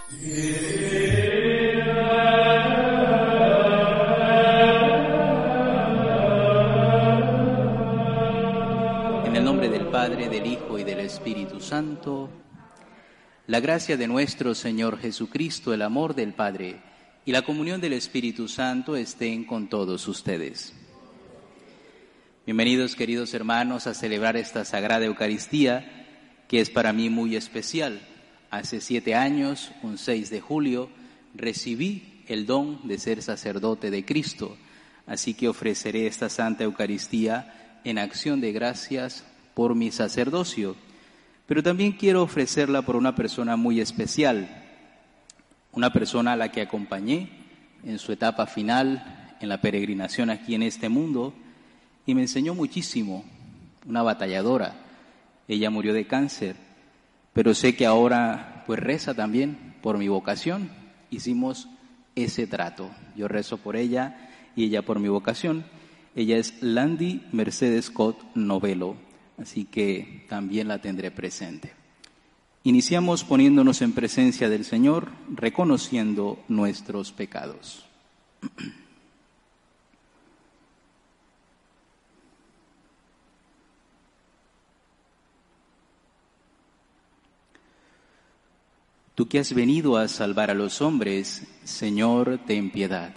En el nombre del Padre, del Hijo y del Espíritu Santo, la gracia de nuestro Señor Jesucristo, el amor del Padre y la comunión del Espíritu Santo estén con todos ustedes. Bienvenidos, queridos hermanos, a celebrar esta Sagrada Eucaristía, que es para mí muy especial. Hace 7 años, un 6 de julio, recibí el don de ser sacerdote de Cristo, así que ofreceré esta Santa Eucaristía en acción de gracias por mi sacerdocio. Pero también quiero ofrecerla por una persona muy especial, una persona a la que acompañé en su etapa final, en la peregrinación aquí en este mundo, y me enseñó muchísimo, una batalladora. Ella murió de cáncer, pero sé que ahora pues reza también por mi vocación. Hicimos ese trato, yo rezo por ella y ella por mi vocación. Ella es Landy Mercedes Scott Novelo, así que también la tendré presente. Iniciamos poniéndonos en presencia del Señor, reconociendo nuestros pecados. Tú que has venido a salvar a los hombres, Señor, ten piedad.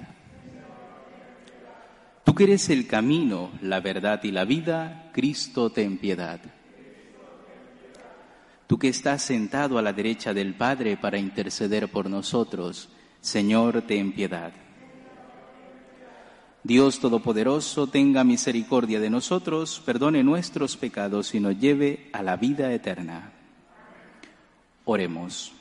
Tú que eres el camino, la verdad y la vida, Cristo, ten piedad. Tú que estás sentado a la derecha del Padre para interceder por nosotros, Señor, ten piedad. Dios Todopoderoso, tenga misericordia de nosotros, perdone nuestros pecados y nos lleve a la vida eterna. Oremos.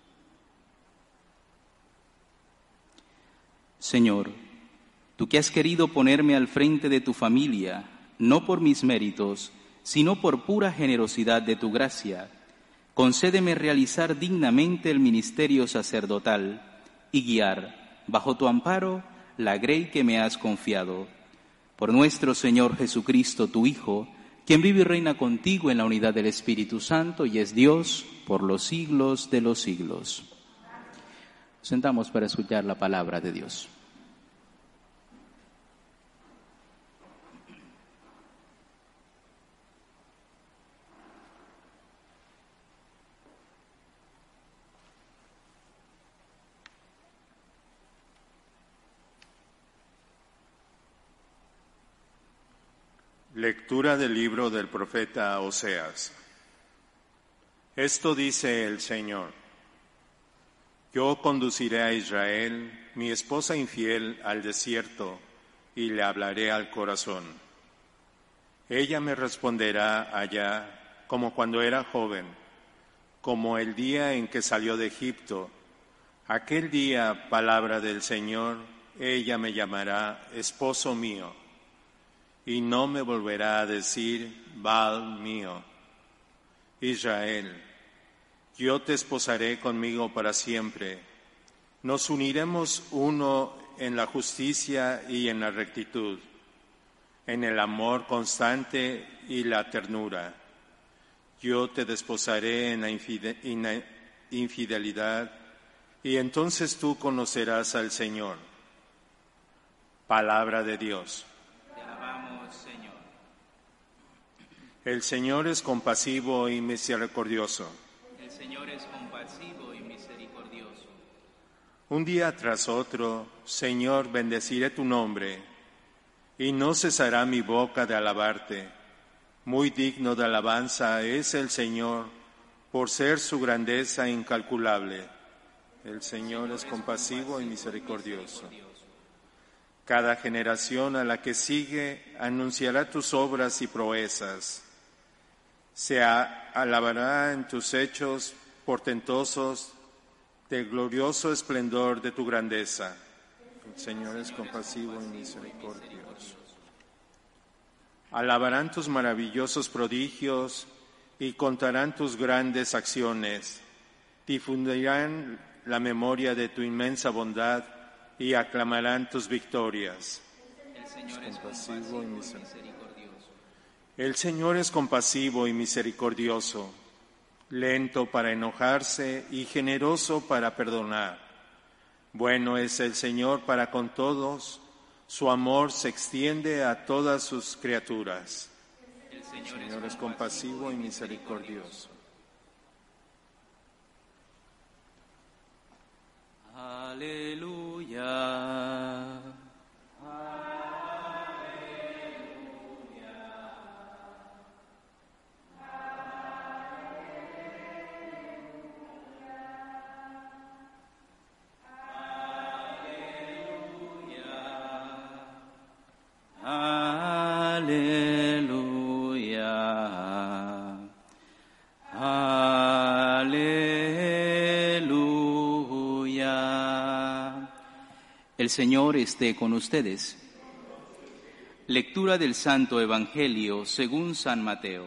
Señor, tú que has querido ponerme al frente de tu familia, no por mis méritos, sino por pura generosidad de tu gracia, concédeme realizar dignamente el ministerio sacerdotal y guiar, bajo tu amparo, la grey que me has confiado. Por nuestro Señor Jesucristo, tu Hijo, quien vive y reina contigo en la unidad del Espíritu Santo y es Dios por los siglos de los siglos. Nos sentamos para escuchar la palabra de Dios. Lectura del libro del profeta Oseas. Esto dice el Señor: Yo conduciré a Israel, mi esposa infiel, al desierto, y le hablaré al corazón. Ella me responderá allá como cuando era joven, como el día en que salió de Egipto. Aquel día, palabra del Señor, ella me llamará esposo mío, y no me volverá a decir Baal mío. Israel, yo te esposaré conmigo para siempre. Nos uniremos uno en la justicia y en la rectitud, en el amor constante y la ternura. Yo te desposaré en la infidelidad, y entonces tú conocerás al Señor. Palabra de Dios. Te alabamos, Señor. El Señor es compasivo y misericordioso. El Señor es compasivo y misericordioso. Un día tras otro, Señor, bendeciré tu nombre, y no cesará mi boca de alabarte. Muy digno de alabanza es el Señor, por ser su grandeza incalculable. El Señor es compasivo y misericordioso. Cada generación a la que sigue anunciará tus obras y proezas. Se alabará en tus hechos portentosos del glorioso esplendor de tu grandeza. El Señor es compasivo y misericordioso. Alabarán tus maravillosos prodigios y contarán tus grandes acciones. Difundirán la memoria de tu inmensa bondad y aclamarán tus victorias. El Señor es compasivo y misericordioso. El Señor es compasivo y misericordioso. lento para enojarse y generoso para perdonar. Bueno es el Señor para con todos, su amor se extiende a todas sus criaturas. El Señor es compasivo y misericordioso. Aleluya. Aleluya. Aleluya. El Señor esté con ustedes. Lectura del Santo Evangelio según San Mateo.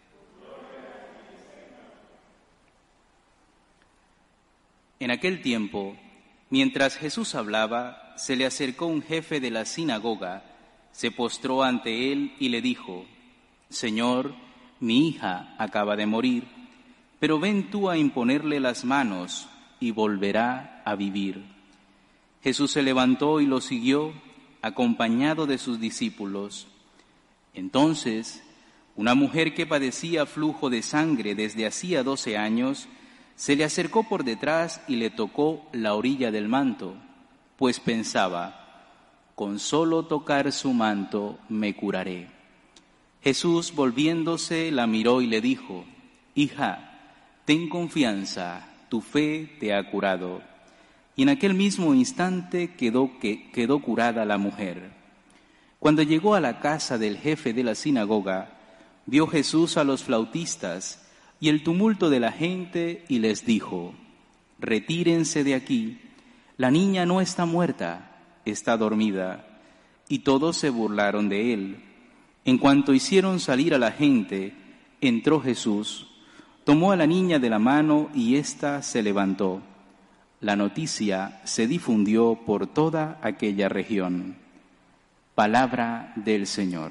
En aquel tiempo, mientras Jesús hablaba, se le acercó un jefe de la sinagoga, se postró ante él y le dijo: Señor, mi hija acaba de morir, pero ven tú a imponerle las manos y volverá a vivir. Jesús se levantó y lo siguió, acompañado de sus discípulos. Entonces, una mujer que padecía flujo de sangre desde hacía 12 años, se le acercó por detrás y le tocó la orilla del manto, pues pensaba: con solo tocar su manto me curaré. Jesús, volviéndose, la miró y le dijo: Hija, ten confianza, tu fe te ha curado. Y en aquel mismo instante quedó curada la mujer. Cuando llegó a la casa del jefe de la sinagoga, vio Jesús a los flautistas y el tumulto de la gente y les dijo: Retírense de aquí, la niña no está muerta, está dormida. Y todos se burlaron de él. En cuanto hicieron salir a la gente, entró Jesús, tomó a la niña de la mano y ésta se levantó. La noticia se difundió por toda aquella región. Palabra del Señor.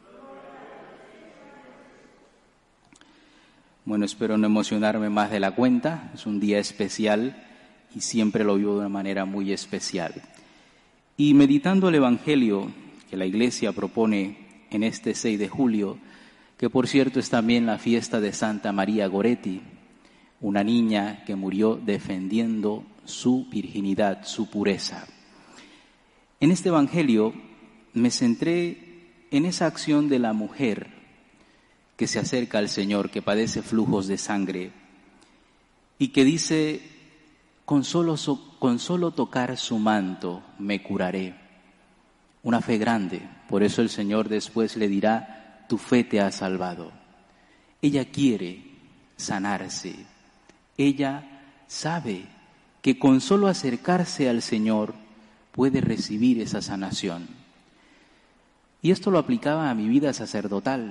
Bueno, espero no emocionarme más de la cuenta. Es un día especial y siempre lo vivo de una manera muy especial. Y meditando el Evangelio que la Iglesia propone en este 6 de julio, que por cierto es también la fiesta de Santa María Goretti, una niña que murió defendiendo su virginidad, su pureza. En este Evangelio me centré en esa acción de la mujer que se acerca al Señor, que padece flujos de sangre y que dice: con solo tocar su manto me curaré. Una fe grande, por eso el Señor después le dirá: tu fe te ha salvado. Ella quiere sanarse. Ella sabe que con solo acercarse al Señor puede recibir esa sanación. Y esto lo aplicaba a mi vida sacerdotal.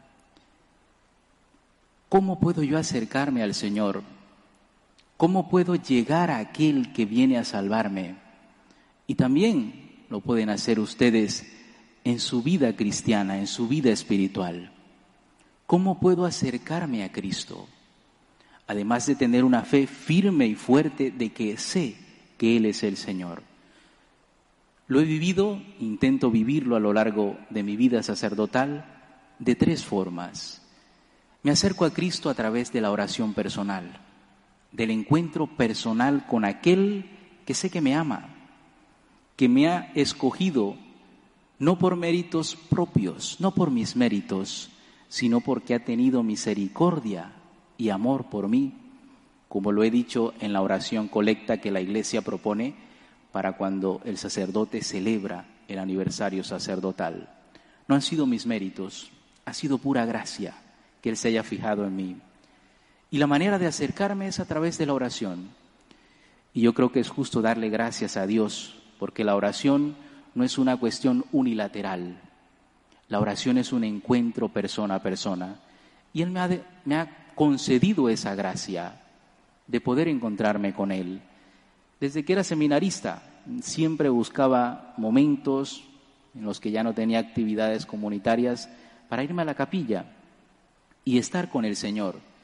¿Cómo puedo yo acercarme al Señor? ¿Cómo puedo llegar a aquel que viene a salvarme? Y también lo pueden hacer ustedes en su vida cristiana, en su vida espiritual. ¿Cómo puedo acercarme a Cristo? Además de tener una fe firme y fuerte de que sé que Él es el Señor. Lo he vivido, intento vivirlo a lo largo de mi vida sacerdotal de 3 formas. Me acerco a Cristo a través de la oración personal, del encuentro personal con aquel que sé que me ama, que me ha escogido no por méritos propios, no por mis méritos, sino porque ha tenido misericordia y amor por mí, como lo he dicho en la oración colecta que la Iglesia propone para cuando el sacerdote celebra el aniversario sacerdotal. No han sido mis méritos, ha sido pura gracia que Él se haya fijado en mí. Y la manera de acercarme es a través de la oración. Y yo creo que es justo darle gracias a Dios, porque la oración no es una cuestión unilateral. La oración es un encuentro persona a persona. Y Él me ha concedido esa gracia de poder encontrarme con Él. Desde que era seminarista, siempre buscaba momentos en los que ya no tenía actividades comunitarias para irme a la capilla y estar con el Señor.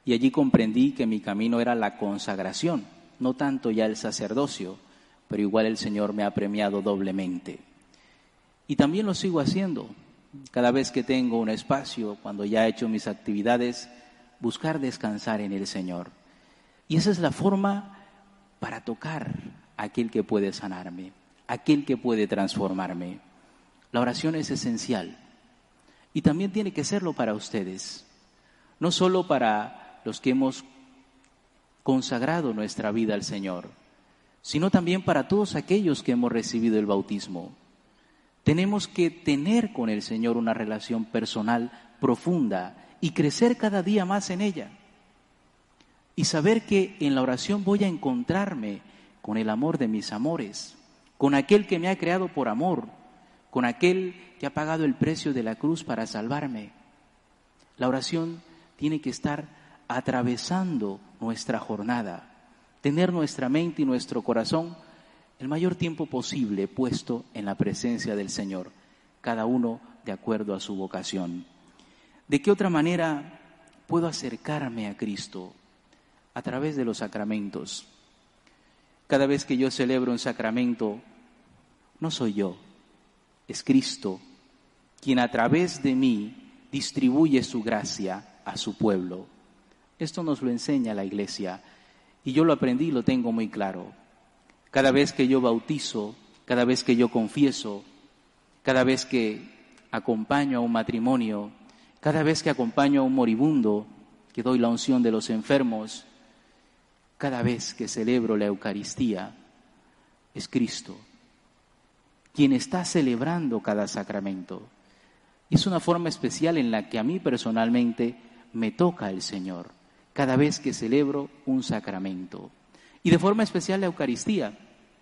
Y allí comprendí que mi camino era la consagración, no tanto ya el sacerdocio, pero igual el Señor me ha premiado doblemente. Y también lo sigo haciendo. Cada vez que tengo un espacio, cuando ya he hecho mis actividades, buscar descansar en el Señor. Y esa es la forma para tocar a aquel que puede sanarme, aquel que puede transformarme. La oración es esencial. Y también tiene que serlo para ustedes. No solo para los que hemos consagrado nuestra vida al Señor, sino también para todos aquellos que hemos recibido el bautismo. Tenemos que tener con el Señor una relación personal profunda y crecer cada día más en ella. Y saber que en la oración voy a encontrarme con el amor de mis amores, con aquel que me ha creado por amor, con aquel que ha pagado el precio de la cruz para salvarme. La oración tiene que estar atravesando nuestra jornada, tener nuestra mente y nuestro corazón el mayor tiempo posible puesto en la presencia del Señor, cada uno de acuerdo a su vocación. ¿De qué otra manera puedo acercarme a Cristo? A través de los sacramentos. Cada vez que yo celebro un sacramento, no soy yo, es Cristo quien a través de mí distribuye su gracia a su pueblo. Esto nos lo enseña la Iglesia y yo lo aprendí y lo tengo muy claro. Cada vez que yo bautizo, cada vez que yo confieso, cada vez que acompaño a un matrimonio, cada vez que acompaño a un moribundo, que doy la unción de los enfermos, cada vez que celebro la Eucaristía, es Cristo quien está celebrando cada sacramento. Es una forma especial en la que a mí personalmente me toca el Señor, cada vez que celebro un sacramento. Y de forma especial la Eucaristía.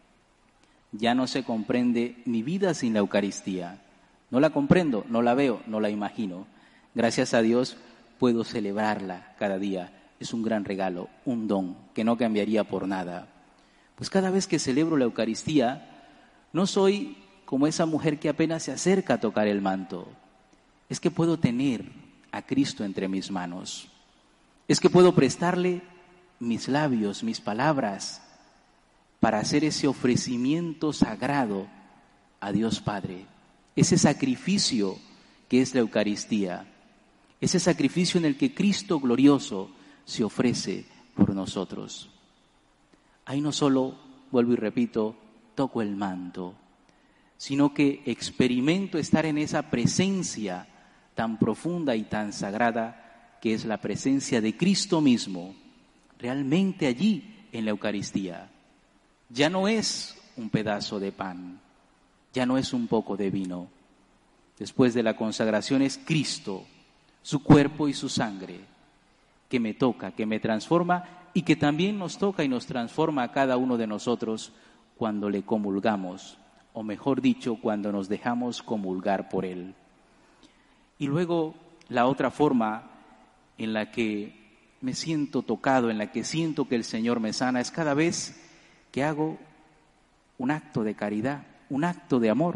Ya no se comprende mi vida sin la Eucaristía. No la comprendo, no la veo, no la imagino. Gracias a Dios puedo celebrarla cada día. Es un gran regalo, un don que no cambiaría por nada. Pues cada vez que celebro la Eucaristía, no soy como esa mujer que apenas se acerca a tocar el manto. Es que puedo tener a Cristo entre mis manos. Es que puedo prestarle mis labios, mis palabras, para hacer ese ofrecimiento sagrado a Dios Padre. Ese sacrificio que es la Eucaristía. Ese sacrificio en el que Cristo glorioso se ofrece por nosotros. Ahí no solo, vuelvo y repito, toco el manto, sino que experimento estar en esa presencia tan profunda y tan sagrada que es la presencia de Cristo mismo, realmente allí en la Eucaristía. Ya no es un pedazo de pan, ya no es un poco de vino. Después de la consagración es Cristo, su cuerpo y su sangre, que me toca, que me transforma y que también nos toca y nos transforma a cada uno de nosotros cuando le comulgamos, o mejor dicho, cuando nos dejamos comulgar por Él. Y luego la otra forma en la que me siento tocado, en la que siento que el Señor me sana, es cada vez que hago un acto de caridad, un acto de amor.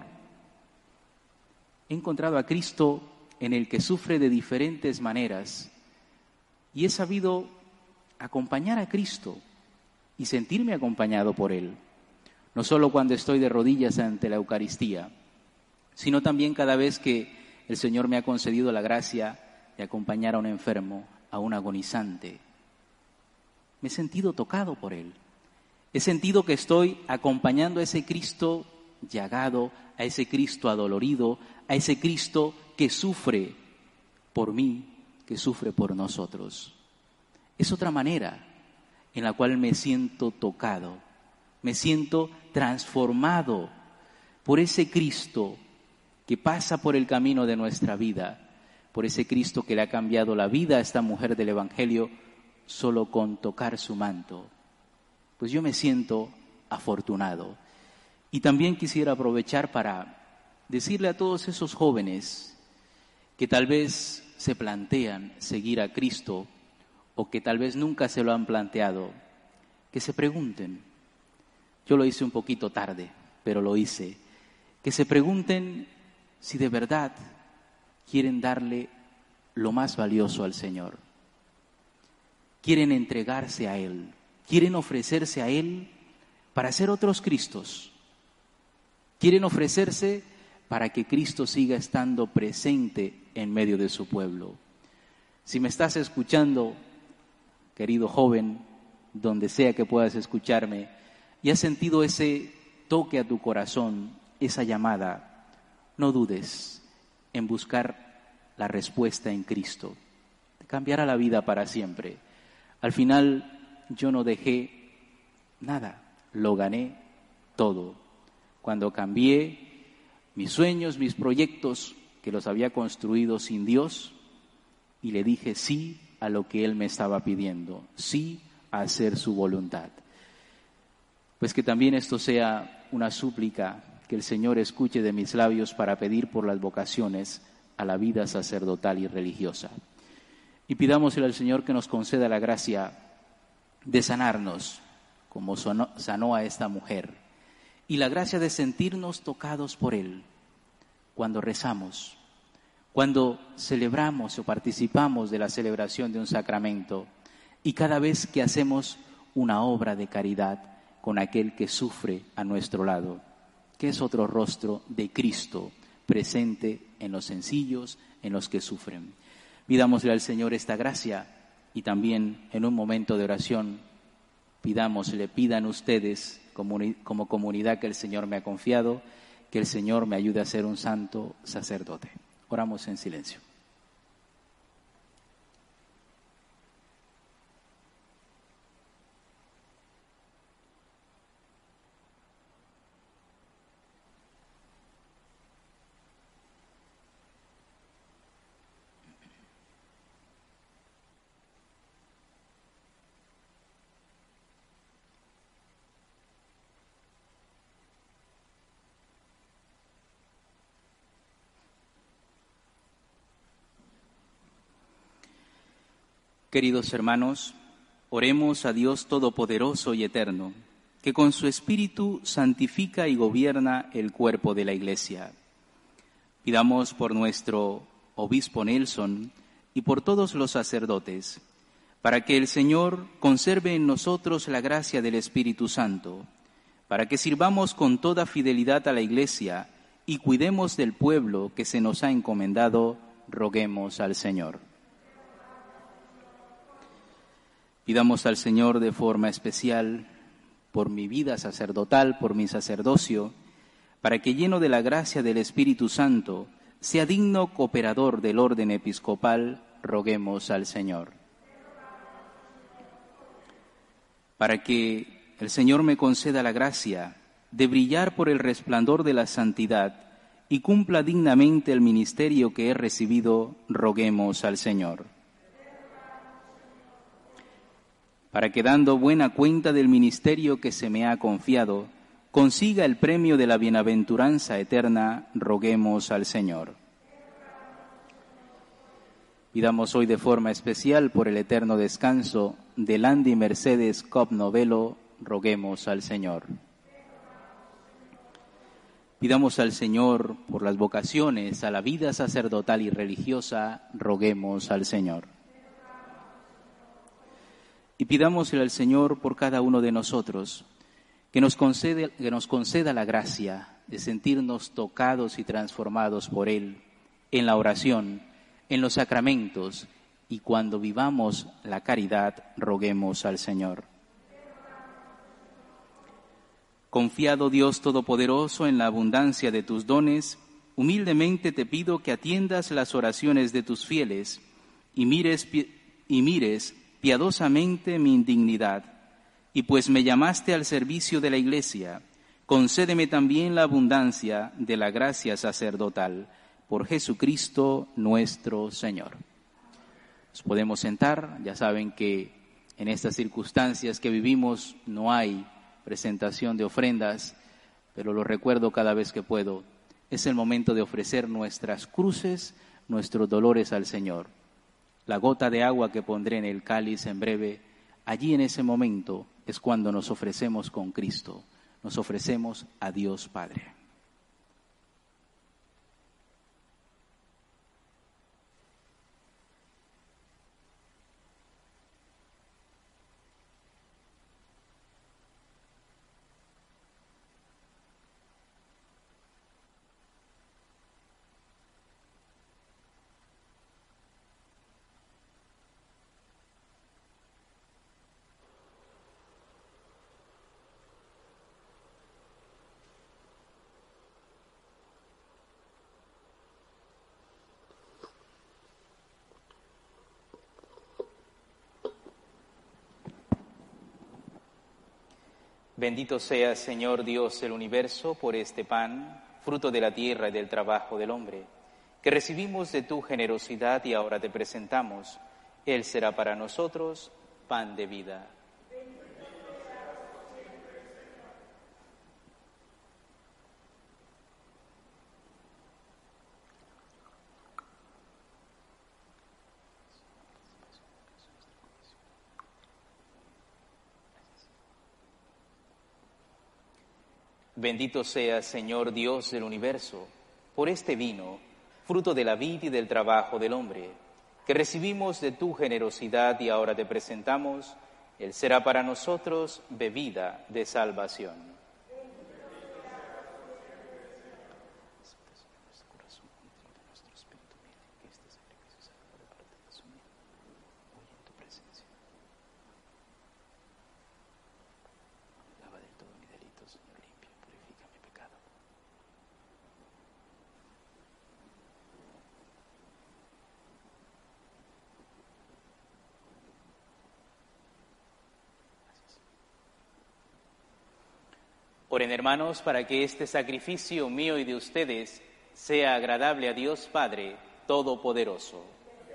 He encontrado a Cristo en el que sufre de diferentes maneras y he sabido acompañar a Cristo y sentirme acompañado por Él. No solo cuando estoy de rodillas ante la Eucaristía, sino también cada vez que el Señor me ha concedido la gracia de acompañar a un enfermo, a un agonizante. Me he sentido tocado por Él. He sentido que estoy acompañando a ese Cristo llagado, a ese Cristo adolorido, a ese Cristo que sufre por mí, que sufre por nosotros. Es otra manera en la cual me siento tocado, me siento transformado por ese Cristo que pasa por el camino de nuestra vida, por ese Cristo que le ha cambiado la vida a esta mujer del Evangelio solo con tocar su manto. Pues yo me siento afortunado. Y también quisiera aprovechar para decirle a todos esos jóvenes que tal vez se plantean seguir a Cristo o que tal vez nunca se lo han planteado, que se pregunten. Yo lo hice un poquito tarde, pero lo hice. Que se pregunten si de verdad quieren darle lo más valioso al Señor. quieren entregarse a Él, quieren ofrecerse a Él para ser otros Cristos. Quieren ofrecerse para que Cristo siga estando presente en medio de su pueblo. Si me estás escuchando, querido joven, donde sea que puedas escucharme, y has sentido ese toque a tu corazón, esa llamada, no dudes en buscar la respuesta en Cristo. Te cambiará la vida para siempre. Al final yo no dejé nada, lo gané todo. Cuando cambié mis sueños, mis proyectos que los había construido sin Dios, y le dije sí a lo que Él me estaba pidiendo, sí a hacer su voluntad. Pues que también esto sea una súplica que el Señor escuche de mis labios para pedir por las vocaciones a la vida sacerdotal y religiosa. Y pidámosle al Señor que nos conceda la gracia de sanarnos, como sanó a esta mujer, y la gracia de sentirnos tocados por Él cuando rezamos, cuando celebramos o participamos de la celebración de un sacramento, y cada vez que hacemos una obra de caridad con aquel que sufre a nuestro lado, que es otro rostro de Cristo presente en los sencillos, en los que sufren. Pidámosle al Señor esta gracia, y también en un momento de oración pidan ustedes como comunidad que el Señor me ha confiado, que el Señor me ayude a ser un santo sacerdote. Oramos en silencio. Queridos hermanos, oremos a Dios Todopoderoso y Eterno, que con su Espíritu santifica y gobierna el cuerpo de la Iglesia. Pidamos por nuestro obispo Nelson y por todos los sacerdotes, para que el Señor conserve en nosotros la gracia del Espíritu Santo, para que sirvamos con toda fidelidad a la Iglesia y cuidemos del pueblo que se nos ha encomendado. Roguemos al Señor. Pidamos al Señor de forma especial por mi vida sacerdotal, por mi sacerdocio, para que lleno de la gracia del Espíritu Santo, sea digno cooperador del orden episcopal. Roguemos al Señor. Para que el Señor me conceda la gracia de brillar por el resplandor de la santidad y cumpla dignamente el ministerio que he recibido. Roguemos al Señor. Para que, dando buena cuenta del ministerio que se me ha confiado, consiga el premio de la bienaventuranza eterna. Roguemos al Señor. Pidamos hoy de forma especial por el eterno descanso de Landy Mercedes Cop Novelo. Roguemos al Señor. Pidamos al Señor por las vocaciones a la vida sacerdotal y religiosa. Roguemos al Señor. Y pidámosle al Señor por cada uno de nosotros, que nos conceda la gracia de sentirnos tocados y transformados por Él en la oración, en los sacramentos, y cuando vivamos la caridad. Roguemos al Señor. Confiado Dios Todopoderoso en la abundancia de tus dones, humildemente te pido que atiendas las oraciones de tus fieles y mires piadosamente mi indignidad, y pues me llamaste al servicio de la Iglesia, concédeme también la abundancia de la gracia sacerdotal, por Jesucristo nuestro Señor. Nos podemos sentar. Ya saben que en estas circunstancias que vivimos no hay presentación de ofrendas, pero lo recuerdo cada vez que puedo. Es el momento de ofrecer nuestras cruces, nuestros dolores al Señor. La gota de agua que pondré en el cáliz en breve, allí en ese momento es cuando nos ofrecemos con Cristo, nos ofrecemos a Dios Padre. Bendito seas, Señor Dios del universo, por este pan, fruto de la tierra y del trabajo del hombre, que recibimos de tu generosidad y ahora te presentamos. Él será para nosotros pan de vida. Bendito seas, Señor Dios del universo, por este vino, fruto de la vid y del trabajo del hombre, que recibimos de tu generosidad y ahora te presentamos. Él será para nosotros bebida de salvación. Oren, hermanos, para que este sacrificio mío y de ustedes sea agradable a Dios Padre Todopoderoso.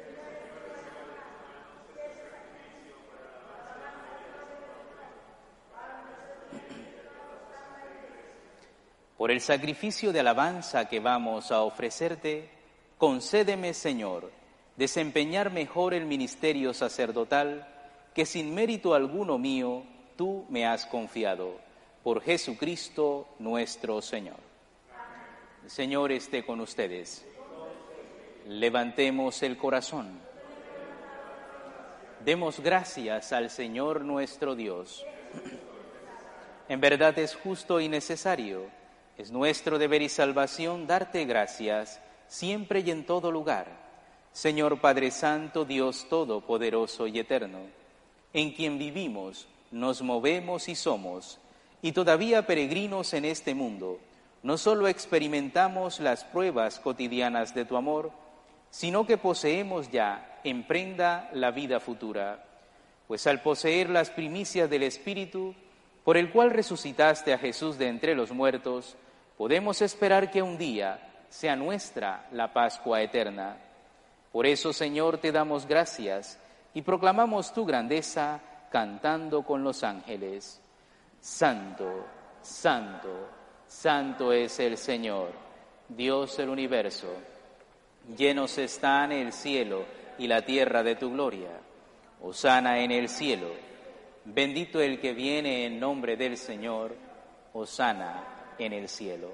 Por el sacrificio de alabanza que vamos a ofrecerte, concédeme, Señor, desempeñar mejor el ministerio sacerdotal que sin mérito alguno mío tú me has confiado. Por Jesucristo nuestro Señor. El Señor esté con ustedes. Levantemos el corazón. Demos gracias al Señor nuestro Dios. En verdad es justo y necesario, es nuestro deber y salvación darte gracias siempre y en todo lugar, Señor Padre Santo, Dios Todopoderoso y Eterno, en quien vivimos, nos movemos y somos, y todavía peregrinos en este mundo, no solo experimentamos las pruebas cotidianas de tu amor, sino que poseemos ya en prenda la vida futura, pues al poseer las primicias del Espíritu, por el cual resucitaste a Jesús de entre los muertos, podemos esperar que un día sea nuestra la Pascua eterna. Por eso, Señor, te damos gracias y proclamamos tu grandeza cantando con los ángeles. Santo, santo, santo es el Señor, Dios del universo. Llenos están el cielo y la tierra de tu gloria. Hosana en el cielo. Bendito el que viene en nombre del Señor. Hosana en el cielo.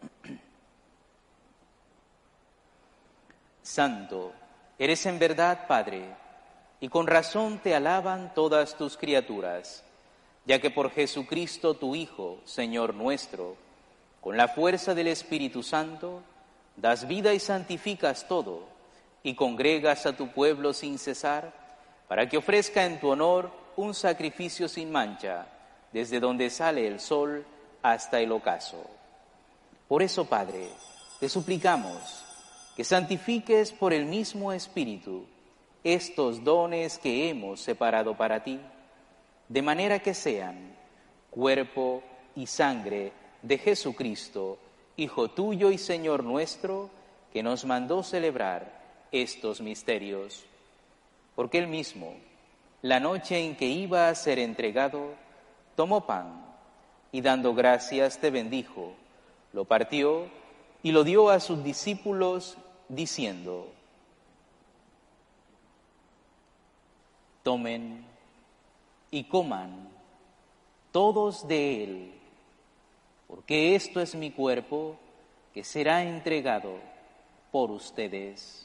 Santo, eres en verdad Padre, y con razón te alaban todas tus criaturas, ya que por Jesucristo tu Hijo, Señor nuestro, con la fuerza del Espíritu Santo, das vida y santificas todo, y congregas a tu pueblo sin cesar, para que ofrezca en tu honor un sacrificio sin mancha, desde donde sale el sol hasta el ocaso. Por eso, Padre, te suplicamos que santifiques por el mismo Espíritu estos dones que hemos separado para ti, de manera que sean cuerpo y sangre de Jesucristo, Hijo tuyo y Señor nuestro, que nos mandó celebrar estos misterios. Porque él mismo, la noche en que iba a ser entregado, tomó pan y dando gracias te bendijo, lo partió y lo dio a sus discípulos diciendo: tomen y coman todos de él, porque esto es mi cuerpo que será entregado por ustedes.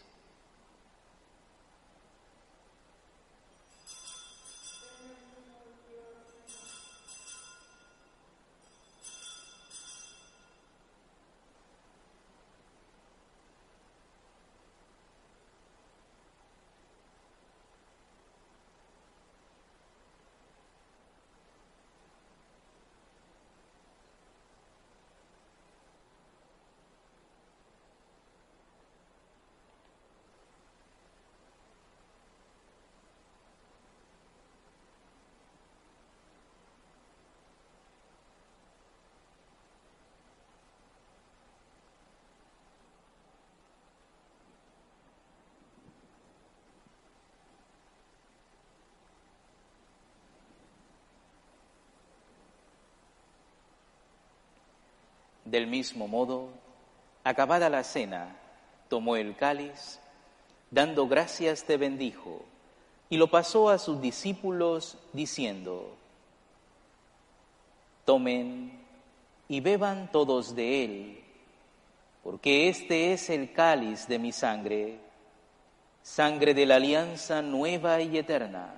Del mismo modo, acabada la cena, tomó el cáliz, dando gracias te bendijo, y lo pasó a sus discípulos diciendo: tomen y beban todos de él, porque este es el cáliz de mi sangre, sangre de la alianza nueva y eterna,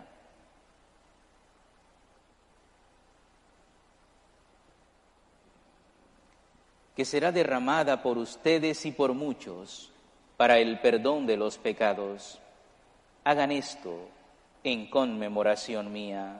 que será derramada por ustedes y por muchos para el perdón de los pecados. Hagan esto en conmemoración mía.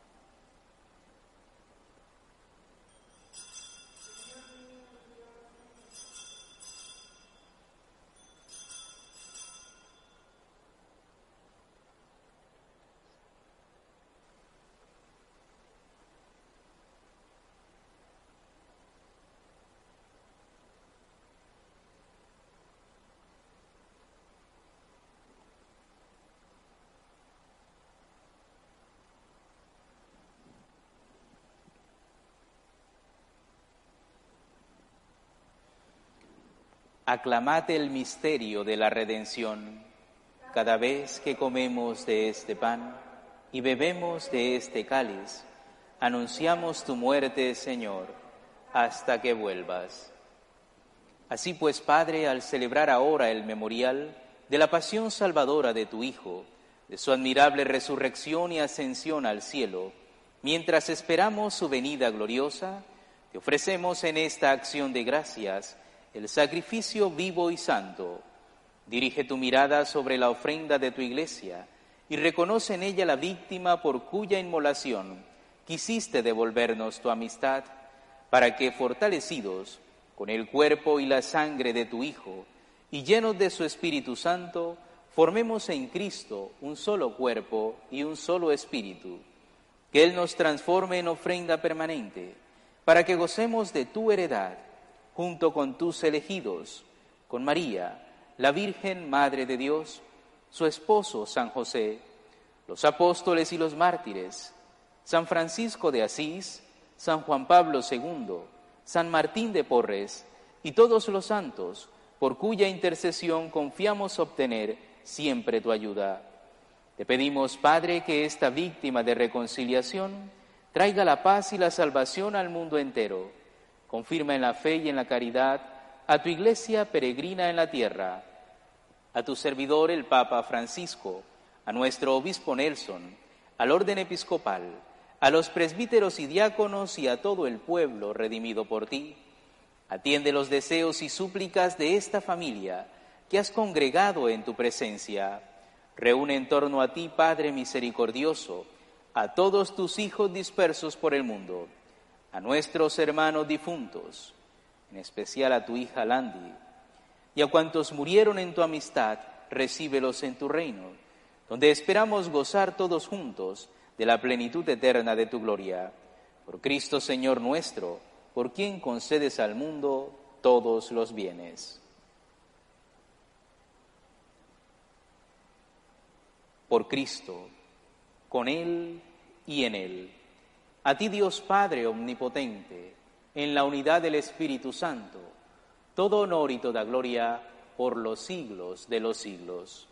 Aclamad el misterio de la redención. Cada vez que comemos de este pan y bebemos de este cáliz, anunciamos tu muerte, Señor, hasta que vuelvas. Así pues, Padre, al celebrar ahora el memorial de la pasión salvadora de tu Hijo, de su admirable resurrección y ascensión al cielo, mientras esperamos su venida gloriosa, te ofrecemos en esta acción de gracias el sacrificio vivo y santo. Dirige tu mirada sobre la ofrenda de tu Iglesia y reconoce en ella la víctima por cuya inmolación quisiste devolvernos tu amistad, para que, fortalecidos con el cuerpo y la sangre de tu Hijo y llenos de su Espíritu Santo, formemos en Cristo un solo cuerpo y un solo espíritu. Que Él nos transforme en ofrenda permanente, para que gocemos de tu heredad, junto con tus elegidos, con María, la Virgen Madre de Dios, su esposo San José, los apóstoles y los mártires, San Francisco de Asís, San Juan Pablo II, San Martín de Porres y todos los santos, por cuya intercesión confiamos obtener siempre tu ayuda. Te pedimos, Padre, que esta víctima de reconciliación traiga la paz y la salvación al mundo entero. Confirma en la fe y en la caridad a tu Iglesia peregrina en la tierra, a tu servidor el Papa Francisco, a nuestro obispo Nelson, al orden episcopal, a los presbíteros y diáconos y a todo el pueblo redimido por ti. Atiende los deseos y súplicas de esta familia que has congregado en tu presencia. Reúne en torno a ti, Padre misericordioso, a todos tus hijos dispersos por el mundo, a nuestros hermanos difuntos, en especial a tu hija Landi, y a cuantos murieron en tu amistad, recíbelos en tu reino, donde esperamos gozar todos juntos de la plenitud eterna de tu gloria. Por Cristo Señor nuestro, por quien concedes al mundo todos los bienes. Por Cristo, con Él y en Él. A ti, Dios Padre omnipotente, en la unidad del Espíritu Santo, todo honor y toda gloria por los siglos de los siglos.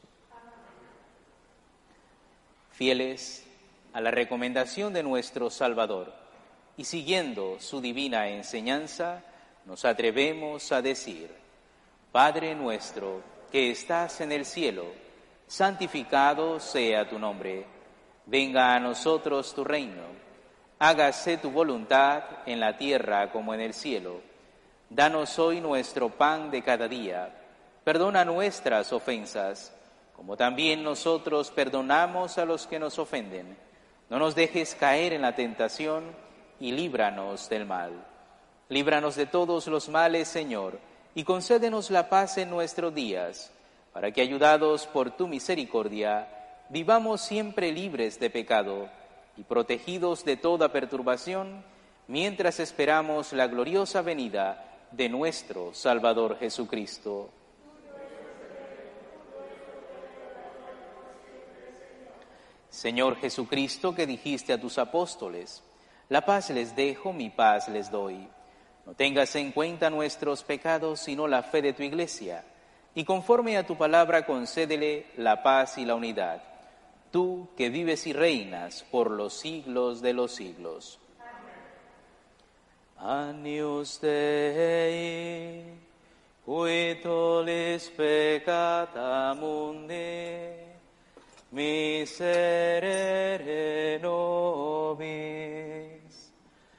Fieles a la recomendación de nuestro Salvador y siguiendo su divina enseñanza, nos atrevemos a decir: Padre nuestro que estás en el cielo, santificado sea tu nombre. Venga a nosotros tu reino. Hágase tu voluntad en la tierra como en el cielo. Danos hoy nuestro pan de cada día. Perdona nuestras ofensas, como también nosotros perdonamos a los que nos ofenden. No nos dejes caer en la tentación y líbranos del mal. Líbranos de todos los males, Señor, y concédenos la paz en nuestros días, para que, ayudados por tu misericordia, vivamos siempre libres de pecado y protegidos de toda perturbación, mientras esperamos la gloriosa venida de nuestro Salvador Jesucristo. Señor Jesucristo, que dijiste a tus apóstoles: la paz les dejo, mi paz les doy. No tengas en cuenta nuestros pecados, sino la fe de tu Iglesia, y conforme a tu palabra concédele la paz y la unidad. Tú que vives y reinas por los siglos de los siglos. Agnus Dei, qui tollis peccata mundi, miserere nobis.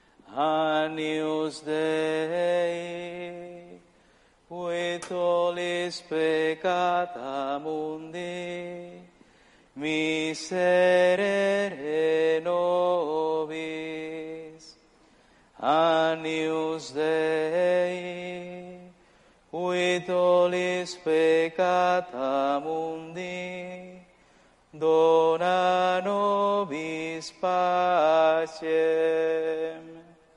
Agnus Dei, qui tollis peccata mundi, miserere nobis. Agnus Dei, qui tollis peccata mundi, dona nobis pacem.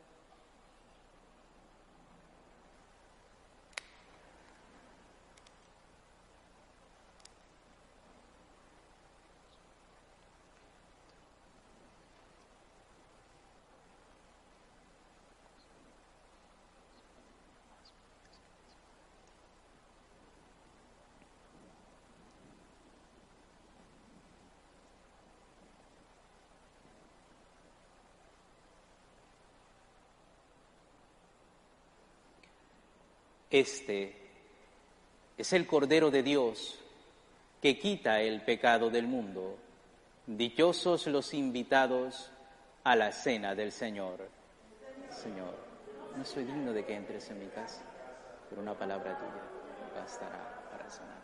Este es el Cordero de Dios que quita el pecado del mundo. Dichosos los invitados a la cena del Señor. Señor, no soy digno de que entres en mi casa, pero una palabra tuya bastará para sanar.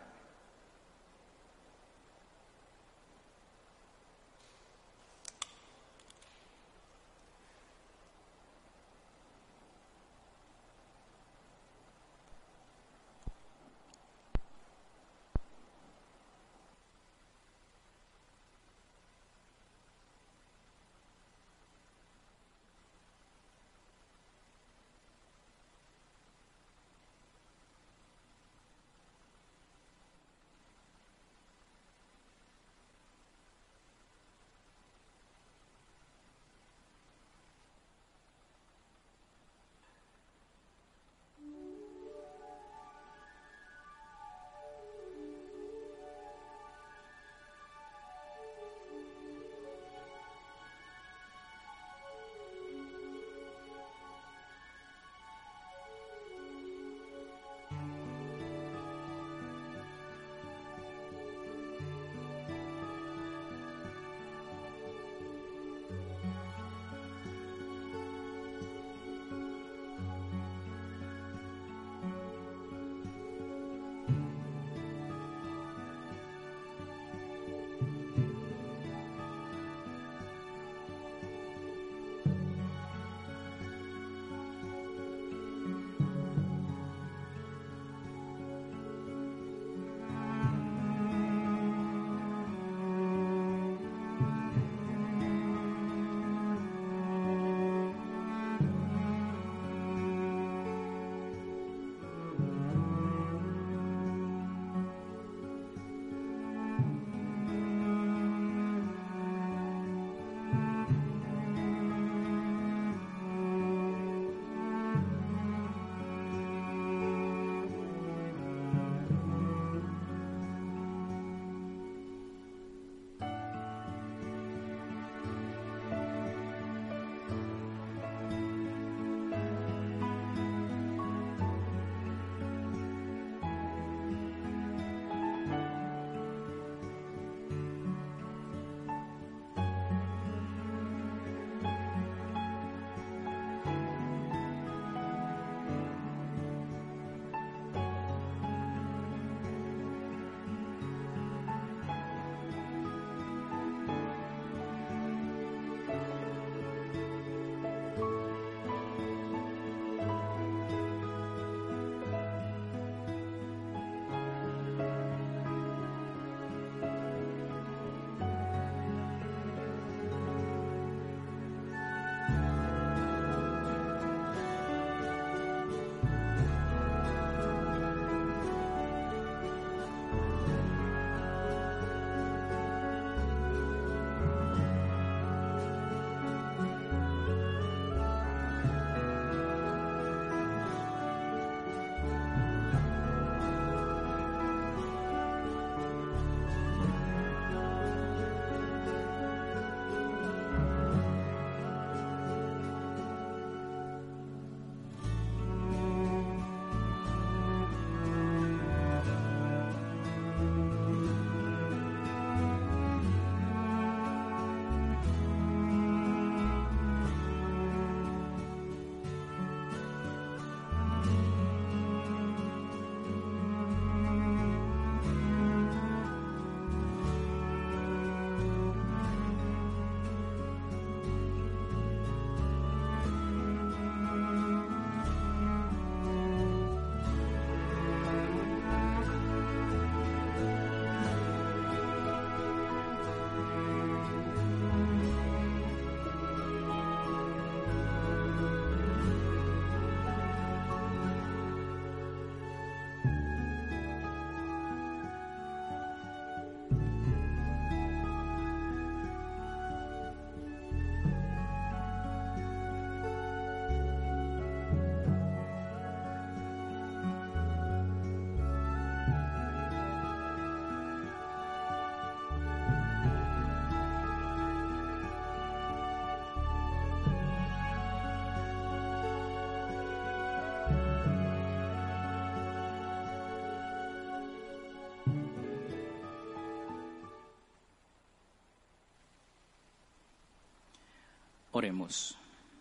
Oremos.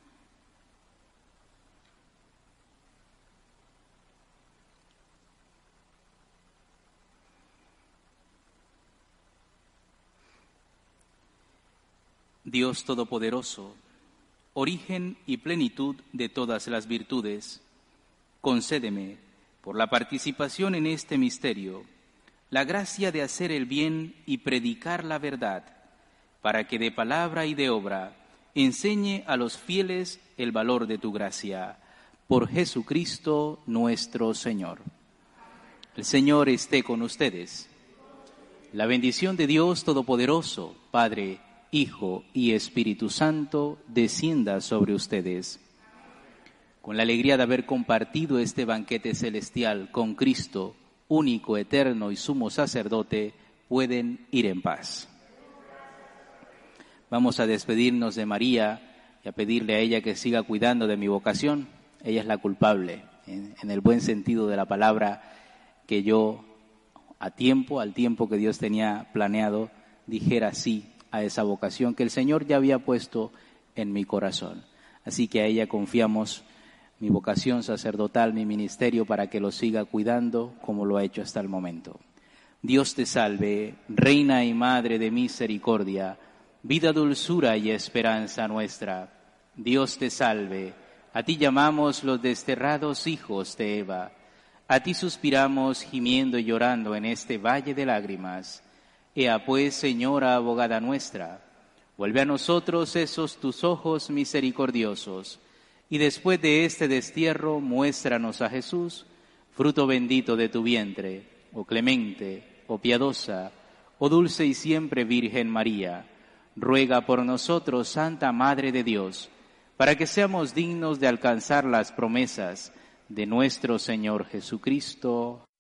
Dios Todopoderoso, origen y plenitud de todas las virtudes, concédeme, por la participación en este misterio, la gracia de hacer el bien y predicar la verdad, para que de palabra y de obra enseñe a los fieles el valor de tu gracia. Por Jesucristo nuestro Señor. El Señor esté con ustedes. La bendición de Dios Todopoderoso, Padre, Hijo y Espíritu Santo, descienda sobre ustedes. Con la alegría de haber compartido este banquete celestial con Cristo, único, eterno y sumo sacerdote, pueden ir en paz. Vamos a despedirnos de María y a pedirle a ella que siga cuidando de mi vocación. Ella es la culpable, en el buen sentido de la palabra, que yo al tiempo que Dios tenía planeado, dijera sí a esa vocación que el Señor ya había puesto en mi corazón. Así que a ella confiamos mi vocación sacerdotal, mi ministerio, para que lo siga cuidando como lo ha hecho hasta el momento. Dios te salve, Reina y Madre de misericordia, vida, dulzura y esperanza nuestra. Dios te salve, a ti llamamos los desterrados hijos de Eva, a ti suspiramos gimiendo y llorando en este valle de lágrimas. Ea pues, Señora abogada nuestra, vuelve a nosotros esos tus ojos misericordiosos, y después de este destierro muéstranos a Jesús, fruto bendito de tu vientre, oh clemente, oh piadosa, oh dulce y siempre Virgen María. Ruega por nosotros, Santa Madre de Dios, para que seamos dignos de alcanzar las promesas de nuestro Señor Jesucristo.